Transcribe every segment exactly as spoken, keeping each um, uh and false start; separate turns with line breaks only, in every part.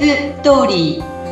ストーリー。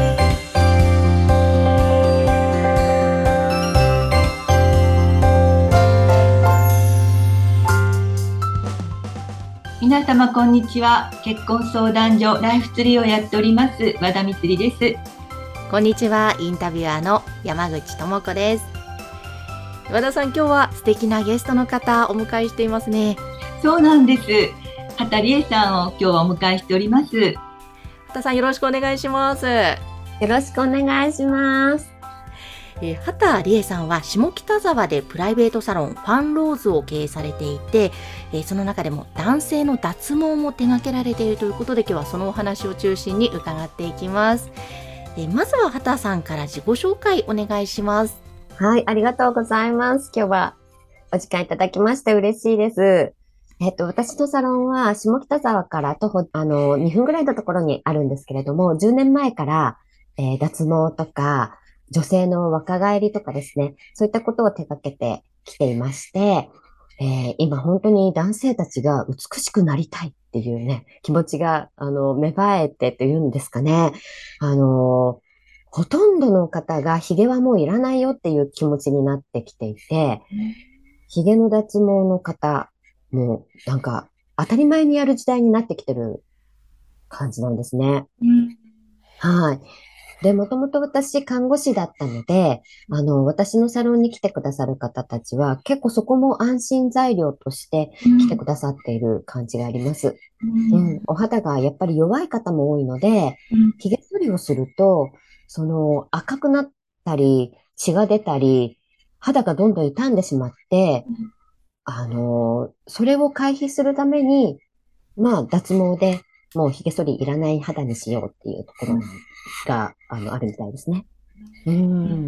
皆様こんにちは。結婚相談所ライフツリーをやっております和田光です。
こんにちは。インタビュアーの山口智子です。和田さん、今日は素敵なゲストの方お迎えしていますね。
そうなんです。畑理恵さんを今日はお迎えしております。
畑さん、よろしくお願いします。
よろしくお願いします。
えー、畑理恵さんは下北沢でプライベートサロンファンローズを経営されていて、えー、その中でも男性の脱毛も手掛けられているということで、今日はそのお話を中心に伺っていきます。えー、まずは畑さんから自己紹介お願いします。
はい、ありがとうございます。今日はお時間いただきまして嬉しいです。えっと、私のサロンは下北沢から徒歩、あの、にふんぐらいのところにあるんですけれども、じゅうねんまえから、えー、脱毛とか、女性の若返りとかですね、そういったことを手掛けてきていまして、えー、今本当に男性たちが美しくなりたいっていうね、気持ちが、あの、芽生えてというんですかね。あの、ほとんどの方が髭はもういらないよっていう気持ちになってきていて、髭の脱毛の方、もうなんか当たり前にやる時代になってきてる感じなんですね。
うん、
はい。で、もともと私看護師だったので、あの、私のサロンに来てくださる方たちは結構そこも安心材料として来てくださっている感じがあります。
うん
うん。お肌がやっぱり弱い方も多いので、髭剃りをすると、その赤くなったり、血が出たり、肌がどんどん傷んでしまって、あの、それを回避するために、まあ、脱毛でもう髭剃りいらない肌にしようっていうところが、あの、あるみたいですね。うん。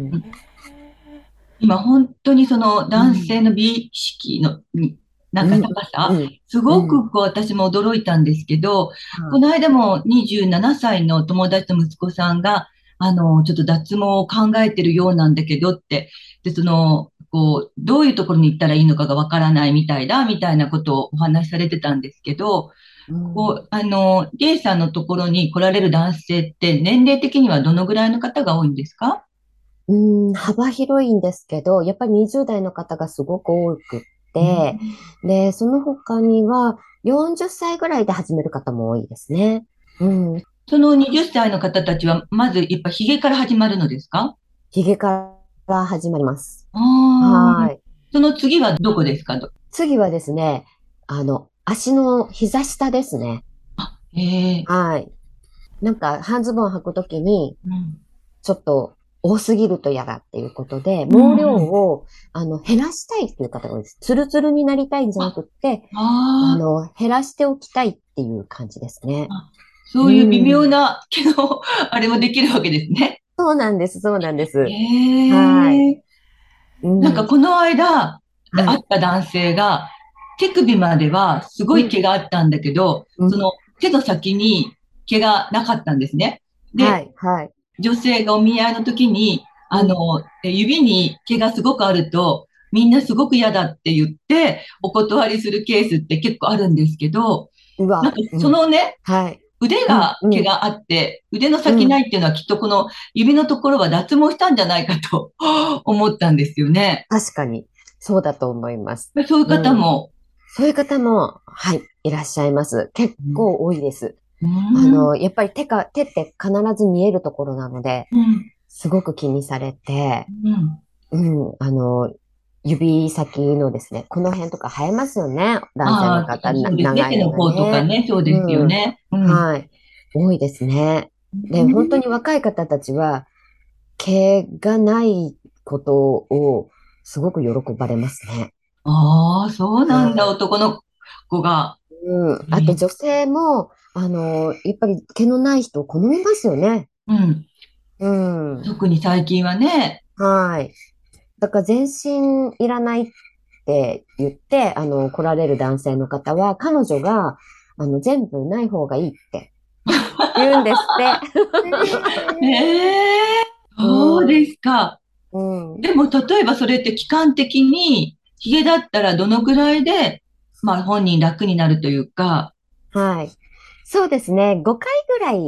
今本当にその男性の美意識の、なんか高さ、
うん。
すごくこう私も驚いたんですけど、こ
は
の間もにじゅうななさいの友達の息子さんが、あの、ちょっと脱毛を考えてるようなんだけどって、で、その、こう、どういうところに行ったらいいのかがわからないみたいだ、みたいなことをお話しされてたんですけど、
うん。
こう、あの、リエさんのところに来られる男性って年齢的にはどのぐらいの方が多いんですか？
うん、幅広いんですけど、やっぱりにじゅう代の方がすごく多くっ
うん、
て、で、その他にはよんじゅっさいぐらいで始める方も多いですね。うん。
そのはたちの方たちは、まずやっぱ髭から始まるのですか？
髭から始まります。
ああ、
はい。
その次はどこですかと。
次はですね、あの、足の膝下ですね。
ええ、
はい。なんか、半ズボン履くときに、
うん、
ちょっと多すぎると嫌だっていうことで、
う
毛量
ん、うん。
を、あの、減らしたいっていう方が多いです。ツルツルになりたいんじゃな
あ、
くって、あ
あ
の、減らしておきたいっていう感じですね。
あ、
う
そういう微妙
ん。
な毛の、あれもできるわけですね。
そうなんです、そうなんです。はい。
ええ、
うん。
なんかこの間、
はい。
会った男性が、手首まではすごい
うん。
毛があったんだけど、
うん。
その手の先に毛がなかったんですね。で、
はい、はい。
女性がお見合いの時に、あの、
うん。
指に毛がすごくあると、みんなすごく嫌だって言って、お断りするケースって結構あるんですけど、なんか
うわ、うん。
そのね、
はい。
腕
うん、
が
うん、
毛があって、腕の
うん。
先ないっていうのはきっとこの指のところは脱毛したんじゃないかと思ったんですよね。
確かに、そうだと思います。
そういう方
うん。
も、
そういう方も、はい、いらっしゃいます。結
うん、
構多いです。
うん、
あの、やっぱり手か、手って必ず見えるところなので、
うん、
すごく気にされて、
うん。
うん、あの、指先のですね、この辺とか生えますよね。男性の
あ
方、
あ、そ
な、
うですね。
長いの
手の甲とか
がね。
ね、そうですよ
うん、
ね。うん。
はい。多いですね。で、本当に若い方たちは、毛がないことをすごく喜ばれますね。
ああ、そうなんだ、
うん。
男の子が。
うん。あと
え
女性も、あの、やっぱり毛のない人を好みますよね。
うん。
うん。
特に最近はね。
はい。だから全身いらないって言って、あの、来られる男性の方は、彼女が、あの、全部ない方がいいって言うんですって。
ええ、
う
そうで
ん。
すか。
うん。
でも、例えばそれって期間的に、ヒゲだったらどのぐらいで、まあ本人楽になるというか、
はい。そうですね。ごかいぐらい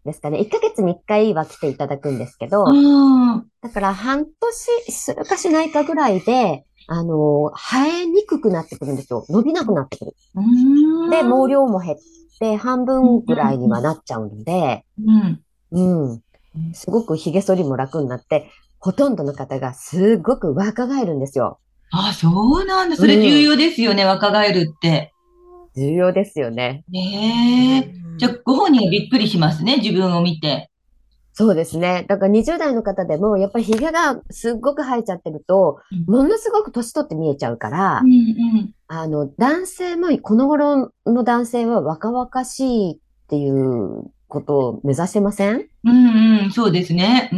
ですかね。いっかげつにいっかいは来ていただくんですけど、
ああ、
だから半年するかしないかぐらいで、あの、生えにくくなってくるんですよ。伸びなくなってくる。
うー
で、毛
ん。
量も減って半
うん
分ぐらいにはなっちゃうので、
うん
うん。
うん。
すごく髭剃りも楽になって、ほとんどの方がすごく若返るんですよ。
あ、そうなんだ。それ重
うん。
要ですよね、若返るって。
重要ですよね。う
ねえ。じゃあ、
ん。
ご本人はびっくりしますね、自分を見て。
そうですね。だからにじゅう代の方でも、やっぱり髭がすっごく生えちゃってると、
うん
ものすごく年取って見えちゃうか
う
ら、
ん
あの、男性も、この頃の男性は若々しいっていうことを目指してません？
うん。うんうん、そうですね。うん。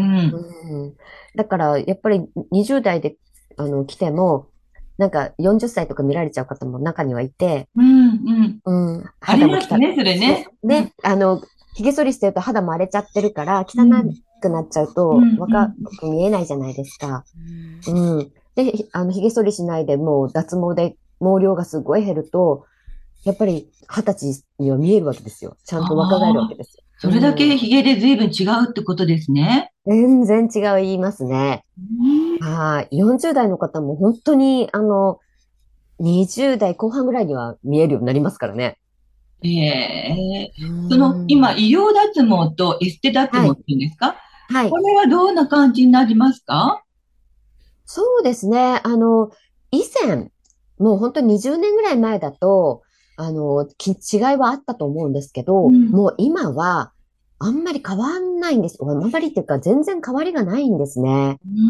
うん。だから、やっぱりにじゅう代で、あの、来ても、なんかよんじゅっさいとか見られちゃう方も中にはいて、
うんうん。
うん、
あり
肌もきた、
ますね、それね。
そう、ね、あの、髭剃りしてると肌も荒れちゃってるから、汚
うん。
くなっちゃう
うん
と若
うん。
く見えないじゃないですか。
うん
うん。で、あの、髭剃りしないでもう脱毛で毛量がすごい減ると、やっぱり二十歳には見えるわけですよ。ちゃんと若返るわ
ああ、
けですよ。
それだ
うん。
けヒゲで随分違うってことですね。
全然違う言いますね。
うん
はい。よんじゅう代の方も本当に、あの、にじゅう代後半ぐらいには見えるようになりますからね。
ええ。
う
その、今、
ん。
医療脱毛とエステ脱
はい。
毛っていうんですか？
はい。
これはどんな感じになりますか？
そうですね。あの、以前、もう本当ににじゅうねんぐらい前だと、あの、き違いはあったと思うんですけど、
うん。
もう今は、あんまり変わんないんです。あんまりっていうか、全然変わりがないんですね。
うん。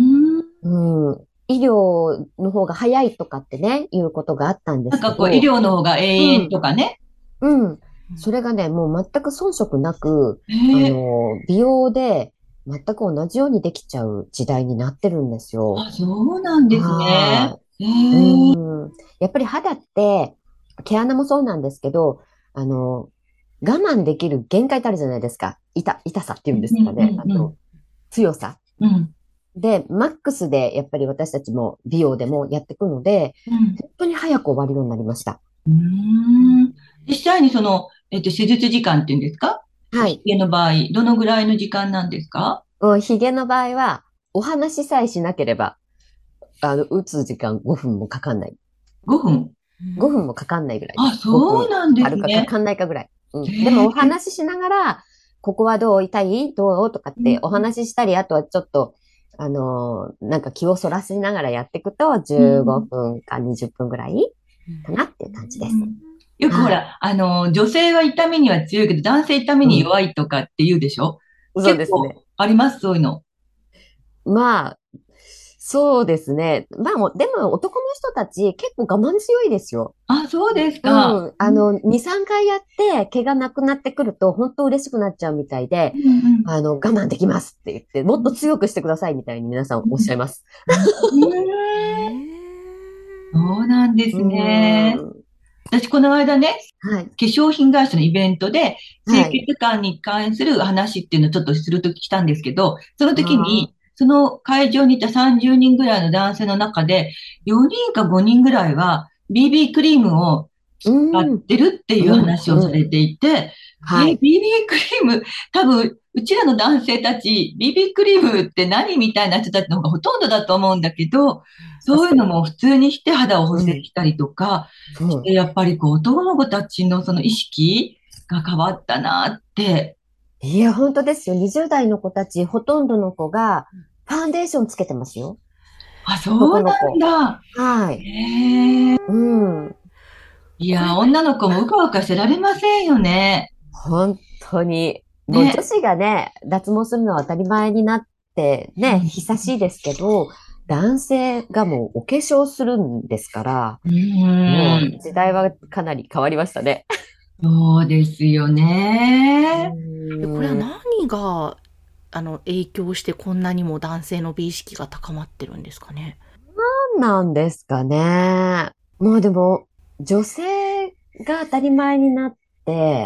うん。医療の方が早いとかってね、いうことがあったんで
なんかこう、医
すけど、
療の方が永遠
うん、
とかね。
うん。それがね、もう全く遜色なく、あ
ええ。
の、美容で全く同じようにできちゃう時代になってるんですよ。
あ、そうなんですね。
は
え
い。
え。
うん。やっぱり肌って、毛穴もそうなんですけど、あの、我慢できる限界ってあるじゃないですか。痛、痛さっていうんです
うんう
かね。あと、
んうん。
強さ。
うん。
で、マックスでやっぱり私たちも美容でもやっていくので、
うん。
本当に早く終わるようになりました。
うーん。実際にその、えっと、手術時間っていうんですか？お
はい。
ひげの場合、どのぐらいの時間なんですか？
もうヒゲの場合は、お話しさえしなければ、あの、打つ時間ごふんもかかんない。
ごふん。
ごふんもかかんないぐらいで
あ、
す。ごふん
そうなんで
ある
すね。
かかかんないかぐらい。うん。でもお
へえ。
話ししながら、ここはどう痛いどうとかってお話ししたり、あとはちょっと、あのーなんか気をそらしながらやっていくと、15
うん。
分かにじゅっぷんぐらいかなっていう感じです。
よくほ
はい。
ら、あの、女性は痛みには強いけど、男性痛み
うん。
に弱いとかって言うでしょ？結構
そうですね。
あります、そういうの。
まあ、そうですね。まあもう、でも男の人たち結構我慢強いですよ。
あ、そうですか。
うん。あの、に、さんかいやって毛がなくなってくると本当嬉しくなっちゃうみたいで、
うんうん
あの、我慢できますって言って、もっと強くしてくださいみたいに皆さんおっしゃいます。
うん。
へ
へえ。そうなんで
う
すね。
ーん。
私、この間ね、
はい。
化粧品会社のイベントで、清
はい。
潔感に関する話っていうのをちょっとするとき来たんですけど、その時に、
ああ。
その会場にいたさんじゅうにんぐらいの男性の中で、よにんかごにんぐらいは ビービー クリームを
う
使っ
ーん。
てるっていう
うん。
話をさ
うん。
れていて、え、
はい。
ビービー クリーム、多分、うちらの男性たち、ビービー クリームって何みたいな人たちの方がほとんどだと思うんだけど、そういうの
確かに。
も普通にして肌を補
うん。
正したりとか、
そう。
してやっぱりこう男の子たちのその意識が変わったなって。
いや、本当ですよ。にじゅう代の子たち、ほとんどの子が、ファンデーションつけてますよ。
あ、そうな
男の子。
んだ。
はい。
へえ。
うん。
いや、
これ、
女の子もうかうかしてられませんよね。
本当に、もう女
ね。
子がね、脱毛するのは当たり前になってね、
うん。
久しいですけど、男性がもうお化粧するんですから、
うーん。
もう時代はかなり変わりましたね。
そうですよ
う
ね。
えこれは
ーん、
何が、あの、影響してこんなにも男性の美意識が高まってるんですかね。
何なんですかね。もうでも、女性が当たり前になって、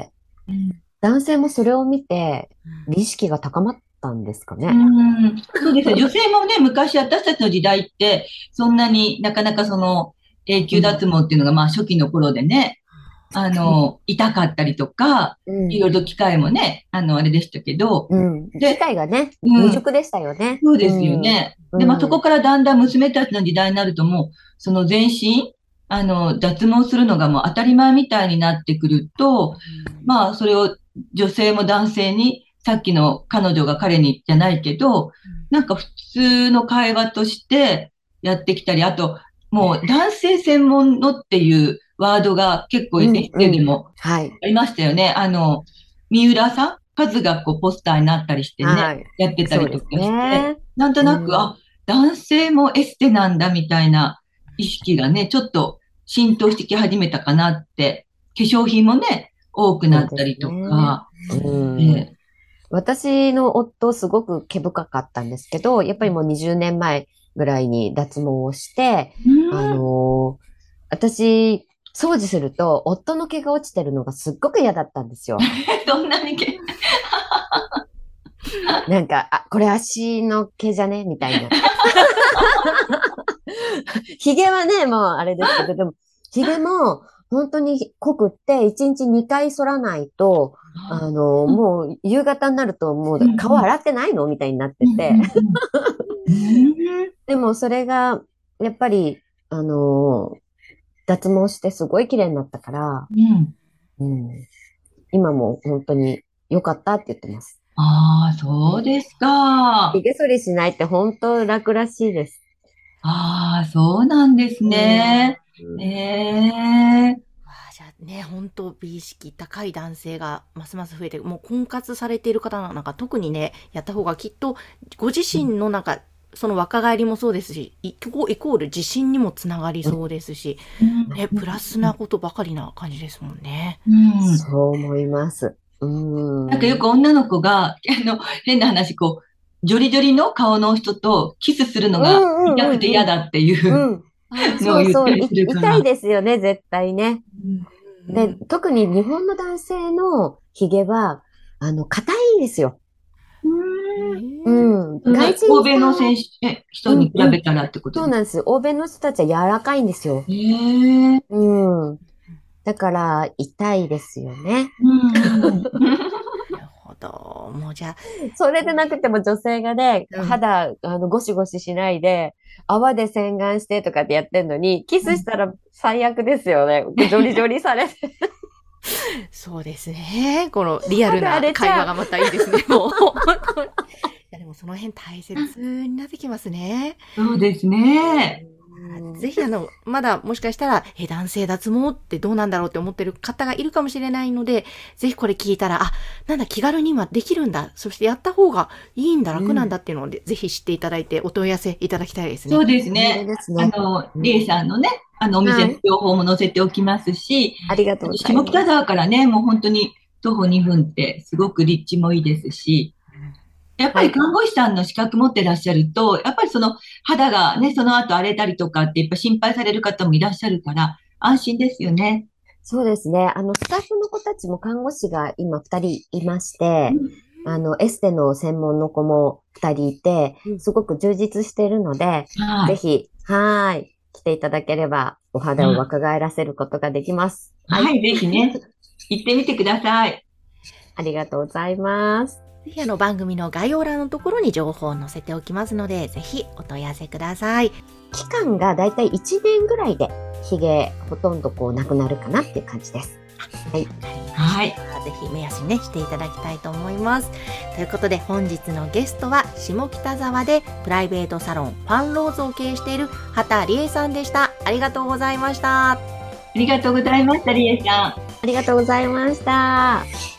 うん。
男性もそれを見て、美意識が高まったんですか
う
ね。
ん。そうですね。女性もね、昔私たちの時代って、そんなになかなかその永久脱
うん。
毛っていうのがまあ初期の頃でね、 あの、痛かったりとか、
うん
いろいろと機会もね、あの、あれでしたけど、
うん。
で
機会がね、
うん
未熟でしたよね。
そうですよね。
うん
で、まあ、そこからだんだん娘たちの時代になるともう、その全身、あの、脱毛するのがもう当たり前みたいになってくると、まあ、それを女性も男性に、さっきの彼女が彼にじゃないけど、なんか普通の会話としてやってきたり、あと、もう男性専門のっていうワードが結構エッセイでも
はい。
ありましたよね。あの、三浦さん数がこうポスターになったりしてね、
はい。
やってた
そうです
りとかして、
ね。
なんとなく、
うん
あ、男性もエステなんだみたいな意識がね、ちょっと浸透してき始めたかなって、化粧品もね、多くなったりとか、
うん
え
私の夫すごく毛深かったんですけど、やっぱりもうにじゅうねんまえぐらいに脱毛をして、
うん
あのー私、掃除すると夫の毛が落ちてるのがすっごく嫌だったんですよ。
そんなにけ、
なんか、あ、これ足の毛じゃねみたいな。髭はね、もうあれですけど、でも、髭も本当に濃くっていちにちにかい剃らないと、あの、もう夕方になるともう顔洗ってないのみたいになってて。でもそれが、やっぱり、あの、脱毛してすごい綺麗になったから、
うん
うん、今も本当に良かったって言ってます。
ああ、そうですか。
髭剃りしないって本当楽らしいです。
ああ、そうなんですね。
うん
ええ
わあじゃあね、本当美意識高い男性がますます増えて、もう婚活されている方なんか特にね、やった方がきっとご自身のなんか、その若返りもそうですし、イコイコール自信にもつながりそうですし、ね、プラスなことばかりな感じですもんね。
うん。
そう思います。うん。
なんかよく女の子が、あの、変な話、こう、ジョリジョリの顔の人とキスするのが痛くて嫌だっていう
うん。
あ
のを言った
そうそう。い
りするから。
痛いですよね、絶対ね。
うん
で、特に日本の男性の髭は、あの、硬いんですよ。
うん
うん。
うん
外人
欧米の
さん、
選手、え人に比べたらってことです
そうなんです。欧米の人たちは柔らかいんですよ。
ええ
うん。だから、痛いですよね。
うんうん。
なるほど。もうじゃあ、
それでなくても女性がね、
うん
肌、あの、ゴシゴシしないで、泡で洗顔してとかってやってんのに、キスしたら最悪ですよね。ジョリジョリされて。
そうですね。このリアルな
肌荒れちゃう
会話がまたいいですね。もう。本当にいやでもその辺大切になってきますね。
そうですね。
ぜひあの、まだもしかしたら、え、男性脱毛ってどうなんだろうって思ってる方がいるかもしれないので、ぜひこれ聞いたら、あ、なんだ気軽に今できるんだ。そしてやった方がいいんだ、楽なんだっていうのをで、ぜひ知っていただいてお問い合わせいただきたいですね。
そうです
そう
ね。
ですね。
あの、リエさんのね、あの、お店の情報も載せておきますし、
ありがとうございます。
下北沢からね、もう本当に徒歩にふんってすごく立地もいいですし、やっぱり看護師さんの資格持ってらっしゃると、やっぱりその肌がね、その後荒れたりとかってやっぱ心配される方もいらっしゃるから、安心ですよね。
そうですね。あの、スタッフの子たちも看護師が今二人いまして、あの、エステの専門の子も二人いて、すごく充実しているので、
はい。
ぜひ、はーい、来ていただければ、お肌を若返らせることができます。
はい、ぜひね、行ってみてください。
ありがとうございます。
ぜひあの番組の概要欄のところに情報を載せておきますので、ぜひお問い合わせください。
期間がだいたいいちねんぐらいで、髭ほとんどこうなくなるかなっていう感じです。はい。
はい。
ぜひ目安にね、していただきたいと思います。ということで本日のゲストは下北沢でプライベートサロンファンローズを経営している畑理恵さんでした。ありがとうございました。
ありがとうございました、リエさん。
ありがとうございました。